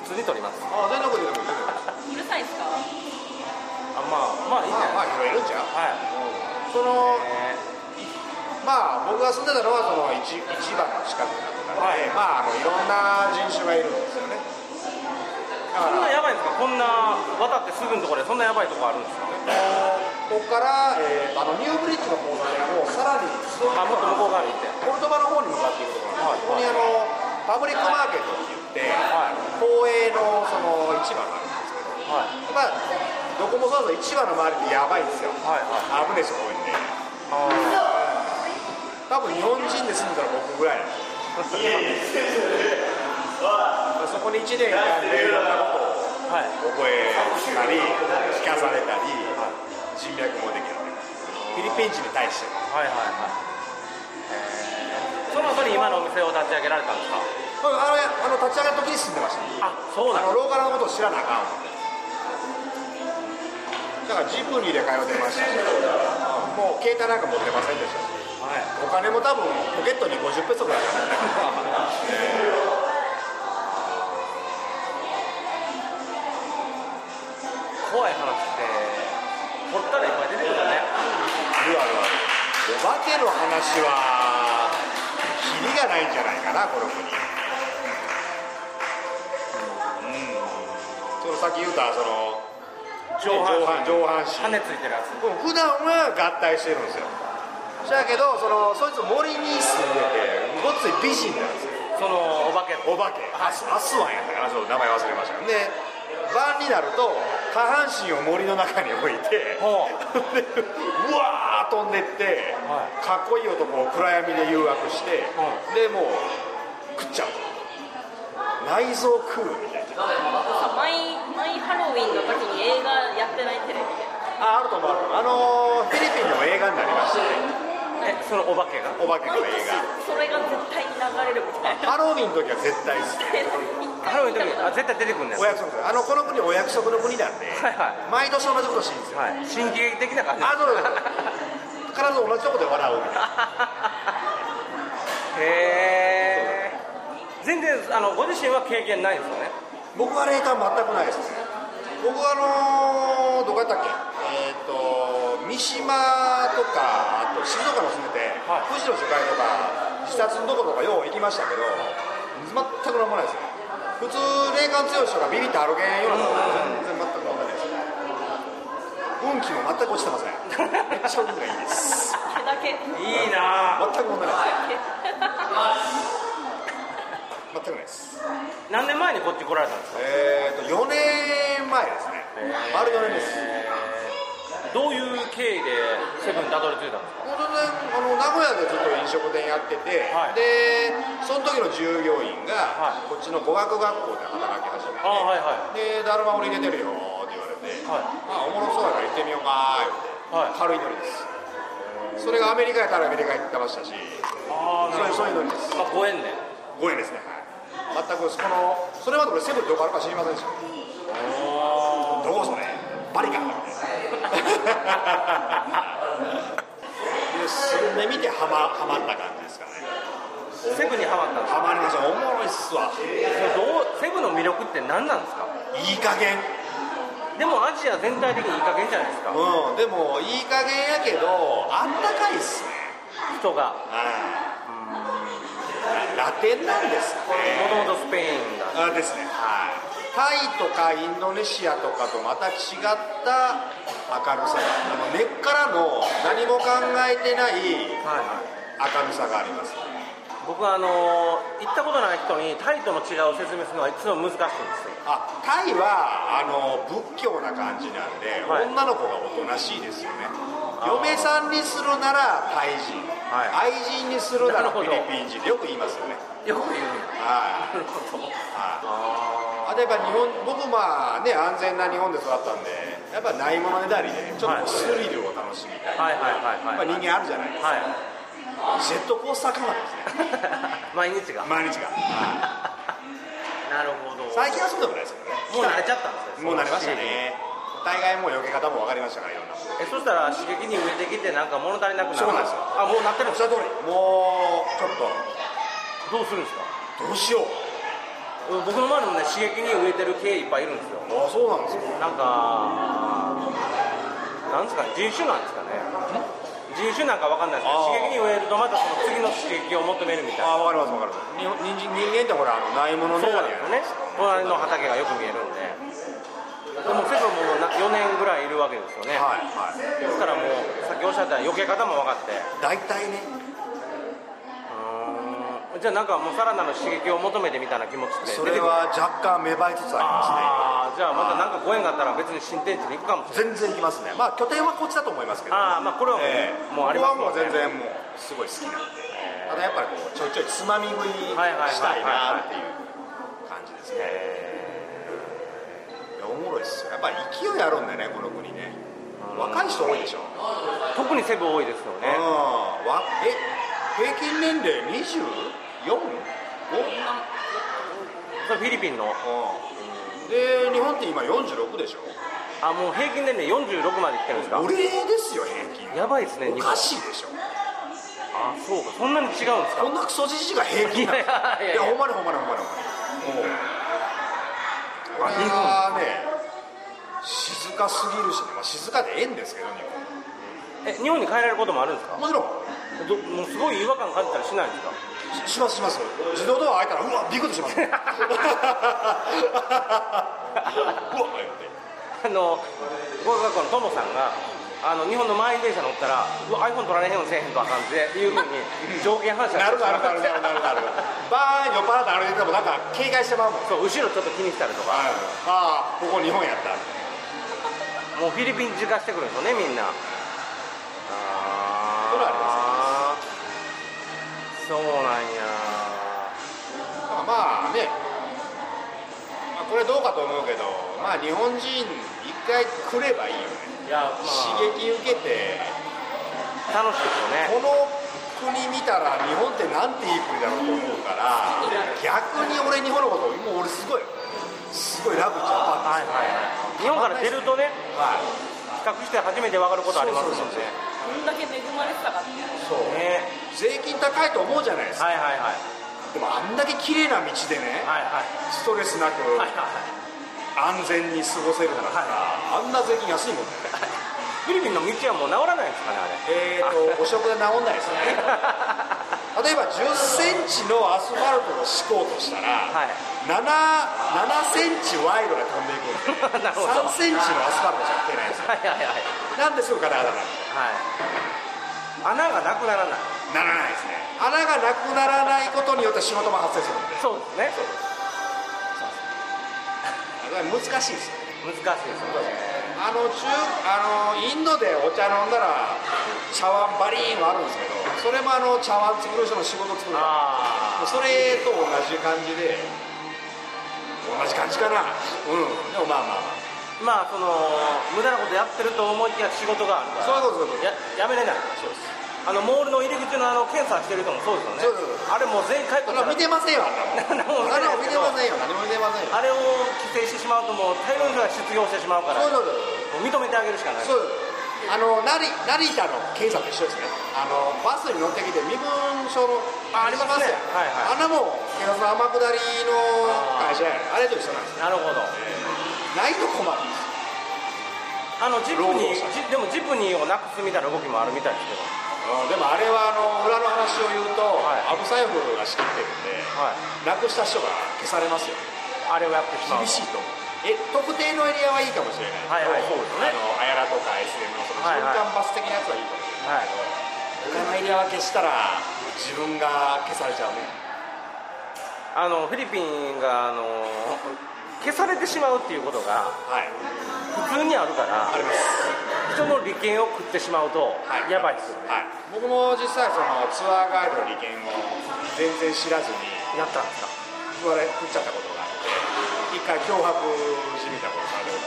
通に撮ります。 あ、全然これでもうるさいですか？ まあいいんじゃない拾えるんちゃう。 はい。 そのまあ僕が住んでたのはその市場の近くだったので、まあいろんな人種がいるんですよね。 そんなやばいんですか？こんな渡ってすぐのところでそんなやばいとこあるんですか？ ここからニューブリッジの交差点をさらにもっと向こう側に行って、 ポルトバの方に向かっていくところなんです。ここにパブリックマーケットって言って、公営のその市場があるんですけど、まあどこもそうだと市場の周りってやばいんですよ。危ない人多いんで。多分日本人で住んだら僕ぐらいなんですそこに1年間でいろんなことを覚えたり聞かされたり、人脈もできる。フィリピン人に対してその後に今のお店を立ち上げられたんですか？ 立ち上げた時に住んでました。 そうだ。 ローカルのことを知らなあかんので、だからジプニーで通ってましたし、もう携帯なんか持ってませんでしたし、お金も多分ポケットに50ペソぐらい怖い話って掘ったらいっぱい出てくるね。 お化けの話はキリがないんじゃないかな、この国。そのさっき言ったその上半身羽ついてるやつ。 普段は合体してるんですよ。だけどそいつ森に住んでてごっつい美人なんですよ。 そのお化けアスワンやったかな、ちょっと名前忘れましたけどで、晩になると下半身を森の中に置いてうわー飛んでって、かっこいい男を暗闇で誘惑して、でもう食っちゃう。内臓食うみたいな。 マイハロウィンの時に映画やってないテレビで。 あると思う。フィリピンでも映画になりましたね。 そのお化けが映画。 それが絶対に流れるみたいな。 ハロウィンの時は絶対です。 ハロウィンの時は絶対出てくるんです。 お約束です。この国お約束の国なんで、毎年同じことしてるんですよ。 新喜劇的な感じ。 必ず同じとこで笑うみたいな。 全然ご自身は経験ないんですよね。 僕は霊感全くないですね。僕はどこやったっけ、三島とかあと静岡の住んでて、富士の樹海とか自殺のとことかよう行きましたけど、全くなんもないですね。普通霊感強い人がビビって歩けんようなことは全然全く問題ないです。運気も全く落ちてません。めっちゃ運がいいです。 あれだけいいな。 全く問題ないです。全くないです。 何年前にこっち来られたんですか ？4年前ですね。丸4年です。 どういう経緯でセブンにたどり着いたんですか？ 名古屋でずっと飲食店やってて、でその時の従業員が、こっちの語学学校で働き始めて、でだるま売り出てるよって言われて、おもろそうやから行ってみようかーって、軽いノリです。それがアメリカやったらアメリカ行ってましたし、そういうノリです。 ご縁で。 ご縁ですね。全くそれまで俺セブンどこあるか知りませんでした。どこそれバリカンみたいな。住んでみてハマった感じですかね。 セブンにハマったんですか？ ハマりました。おもろいっすわ。 セブンの魅力って何なんですか？ いい加減。 でもアジア全体的にいい加減じゃないですか。 でもいい加減やけどあったかいっすね。 人が。 ラテンなんですね。 もともとスペインだ。 ですね。タイとかインドネシアとかとまた違った明るさが、根っからの何も考えてない明るさがあります。 僕は行ったことない人にタイとの違いを説明するのはいつも難しいんですよ。 タイは仏教な感じなんで、女の子がおとなしいですよね。嫁さんにするならタイ人、愛人にするならフィリピン人でよく言いますよね。 よく言う。 なるほど。例えば僕安全な日本で育ったんで、やっぱないものねだりでちょっとスリルを楽しみたいな人間あるじゃないですか。ジェットコースター感覚ですね。 毎日が。 なるほど。最近はそうでもないですけどね。 もう慣れちゃったんですね。 もう慣れましたね。大概もう避け方も分かりましたから、いろんな。 そしたら刺激に植えてきてなんか物足りなくなる。 そうなんですよ。 もうなってるんですか？ おっしゃる通り。もうちょっとどうするんですか？ どうしよう。 僕の周りもね、刺激に植えてる系いっぱいいるんですよ。 あ、そうなんですか。 なんか、なんですかね、人種なんですかね。人種なんかわかんないですけど、刺激に植えるとまたその次の刺激を求めるみたいな。 あ、わかりますわかります。人間ってほらないものねそうなんですよね。隣の畑がよく見えるんで。でもセブンも4年ぐらいいるわけですよね。 はいはい。 ですからもうさっきおっしゃった避け方も分かって。 大体ね。 じゃあなんかもうさらなる刺激を求めてみたいな気持ちってそれは若干芽生えつつありますね。 じゃあまたなんかご縁があったら別に新天地に行くかもしれない。 全然行きますね。まあ拠点はこっちだと思いますけど。 まあこれはもうありますもんね。ここはもう全然もうすごい好きなんで。ただやっぱりこうちょいちょいつまみ食いしたいなっていう感じですね。いやおもろいっすよ。やっぱり勢いあるんでねこの国ね。若い人多いでしょ。 特にセブ多いですよね。 平均年齢24？5？ それフィリピンの。 で日本って今46でしょ。 もう平均年齢46までいってるんですか。 俺ですよ平均。 やばいですね。 おかしいでしょ。 そうか、そんなに違うんですか。 こんなクソじじいが平均なんですか。いやほんまにほんまにほんまにほんまに。これはね静かすぎるしね、まあ、静かでええんですけど日本に帰られることもあるんですか。 もちろん。 もうすごい違和感感じたりしないんですか。 しますします。自動ドア開いたらうわビクッとしますね。うわ語学学校のトモさんが日本の満員電車乗ったらiPhone 取られへんようにせえへんとあかんっていうふうに条件反射してなるバーン酔っ払って歩いててもなんか警戒してまうもん。 そう後ろちょっと気にしたりとか、 ああここ日本やったもうフィリピン自化してくるんですよねみんな。 それはありますね。そうなんや。 まあね、これどうかと思うけど、まあ日本人一回来ればいいよね。 いや、 刺激受けて楽しいですよね。 この国見たら日本ってなんていい国だろうと思うから、逆に俺日本のこともう俺すごいラブジャパンですよ。 日本から出るとね、比較して初めて分かることありますもんね。 こんだけ恵まれてたかって。 そうね。税金高いと思うじゃないですか。でもあんだけ綺麗な道でね、ストレスなく安全に過ごせるんだから、あんな税金安いもんね。 フィリピンの道はもう治らないんですかね、あれ。 汚職で治んないですね。例えば10センチのアスファルトを敷こうとしたら、7センチ賄賂が飛んでいくんで3センチのアスファルトじゃいけないんですよ。なんですぐガタガタなる。 穴がなくならない。 ならないですね。穴がなくならないことによって仕事も発生するんで。 そうですね。 難しいですよ。 難しいですよね。 インドでお茶飲んだら茶碗バリーンはあるんですけど、それも茶碗作る人の仕事作るからそれと同じ感じで同じ感じかな。でもまあその無駄なことやってると思いきや仕事があるからそういうことやめれない。そうです。モールの入り口の検査してる人もそうですよね。あれもう全員帰って見てませんよ。何も見てませんよ。 あれを規制してしまうともう大量の人が失業してしまうから、もう認めてあげるしかない。 そう成田の検査と一緒ですね。バスに乗ってきて身分証のありますね。 あんなもん警察の天下りの会社やあれと一緒なんです。 なるほど。 ないと困るんですよ。 でもジプニーをなくすみたいな動きもあるみたいですけど。 でもあれは裏の話を言うと、アブサイフが仕切ってるんで、なくした人が消されますよ。 あれをやってしまう。 厳しいと思う。特定のエリアはいいかもしれない。そうですね。アヤラとか SM のその瞬間バス的なやつはいいかもしれないけど、他のエリアは消したら自分が消されちゃうね。 フィリピンが消されてしまうっていうことが普通にあるから、人の利権を食ってしまうとやばいですよね。 僕も実際そのツアーガイドの利権を全然知らずにやったんですか。 食っちゃったことがあって、一回脅迫じみたことがあり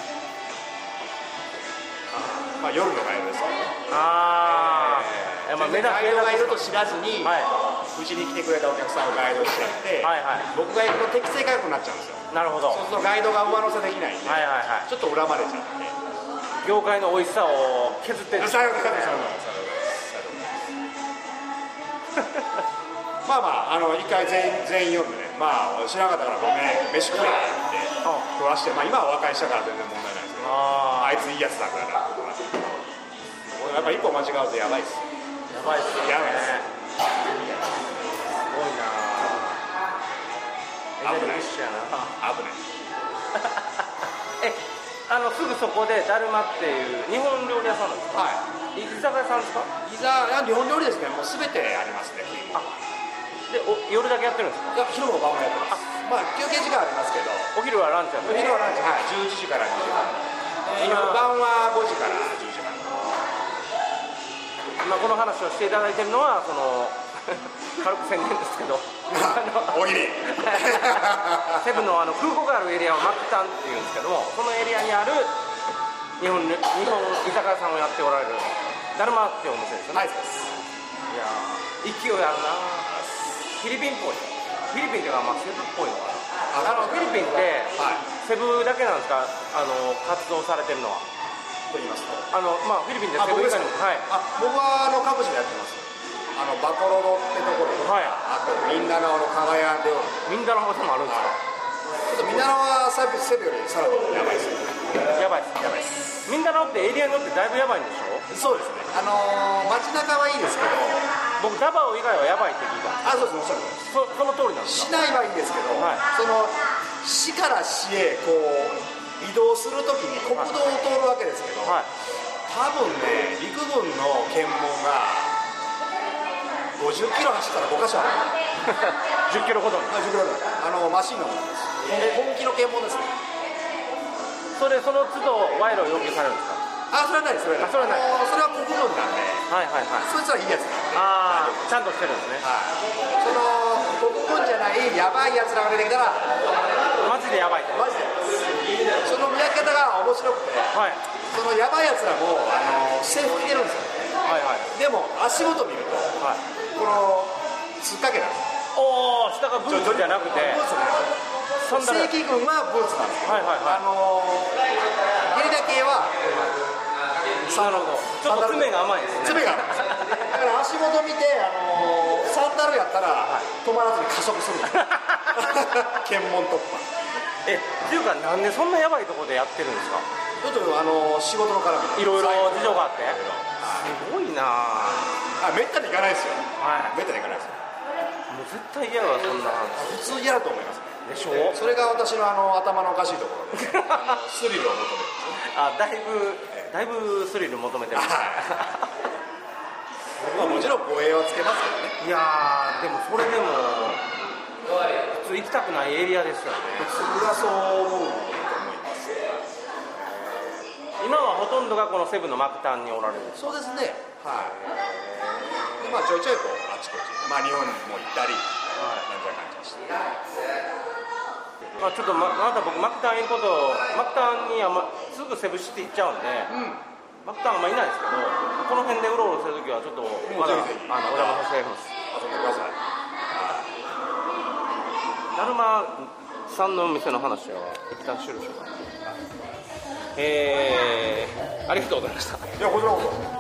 ます。夜のガイドですけどね。ガイドがいると知らずにうちに来てくれたお客さんをガイドしちゃって、僕が行くと適正価格になっちゃうんですよ。 なるほど。 そうするとガイドが上乗せできないんで、ちょっと恨まれちゃって、 業界の美味しさを削ってる。 一回全員読んでね、 まあ知らなかったからごめん飯食えって言って食わして、まあ、今は和解したから全然問題ないですけど、あいついいやつだからなって俺やっぱ一歩間違うとやばいっす。 やばいっすね。 やばいっす。 すごいな。 危ない。 一緒やな。 危ない。 すぐそこでだるまっていう日本料理屋さんなんですか？ はい。 居酒屋さんですか？ 日本料理ですね。もうすべてありますね。 で夜だけやってるんですか？ いや昼も晩もやってます。まあ休憩時間ありますけど。 お昼はランチやってる。 お昼はランチ、はい、11時から2時半。晩は5時から10時半。 この話をしていただいているのはその軽く宣伝ですけど大喜利セブンの空港があるエリアをマクタンっていうんですけども、そのエリアにある日本居酒屋さんをやっておられるだるまっていうお店ですよね。 はい、 いや勢いあるな。フィリピンっぽい。フィリピンっていうかセブっぽいのかな。フィリピンって、セブだけなんですか、活動されてるのは。 と言いますとフィリピンでセブ以外にも、 僕は各地でやってます。バコロロってところとか、あとミンダナオの加賀屋でミンダナオでもあるんですか？ ちょっとミンダナオはセブよりさらにやばいですよ。 やばいです。ミンダナオってエリアによってだいぶやばいんでしょ？ そうですね。街中はいいですけど、 僕ダバオ以外はやばいって聞いた。 そうですね。 その通りなんですか？ 市内はいいんですけど、その市から市へこう移動するときに国道を通るわけですけど、多分ね陸軍の検問が50キロ走ったら5カ所ある。 10キロほどに。 10キロほどに。マシンのものです。本気の検問ですね。 その都度賄賂を要求されるんですか？ それはないです。それは国軍なんで、そいつはいいやつなんで。 ちゃんとしてるんですね。 その国軍じゃないやばいやつらが出てきたらマジでやばい。 マジでその見分け方が面白くて、そのやばいやつらも制服着てるんですよ。でも足元見ると、このつっかけなんです。 下がブーツじゃなくてブーツなんです。正規軍はブーツなんですけど、ゲリラ系はなるほど。ちょっと爪が甘いですね。 爪が甘い。だから足元見てサンダルやったら止まらずに加速するんです。検問突破。 っていうかなんでそんなやばいところでやってるんですか？ ちょっと仕事の絡みいろいろ事情があって。すごいな。 めったに行かないですよ。めったに行かないですよ。 もう絶対嫌だわそんな。 普通嫌だと思います。 でしょ？それが私の頭のおかしいところでスリルを求める。 だいぶスリル求めてるんですね。 もちろん護衛はつけますけどね。 いやでもそれでも普通行きたくないエリアですよね。 普通はそう思うと思います。 今はほとんどがこのセブンのマクタンにおられる。 そうですね。でちょいちょいこうあちこち、日本にも行ったり、なんじゃかんじゃして。 ちょっとまた僕マクタン行くことマクタンにすぐセブシティ行っちゃうんで、マクタンあんまいないですけど、この辺でうろうろするときはちょっとまだお邪魔させていただきます。 遊んでください。 だるまさんの店の話は一旦終了しようかな。ありがとうございました。 いやこちらこそ。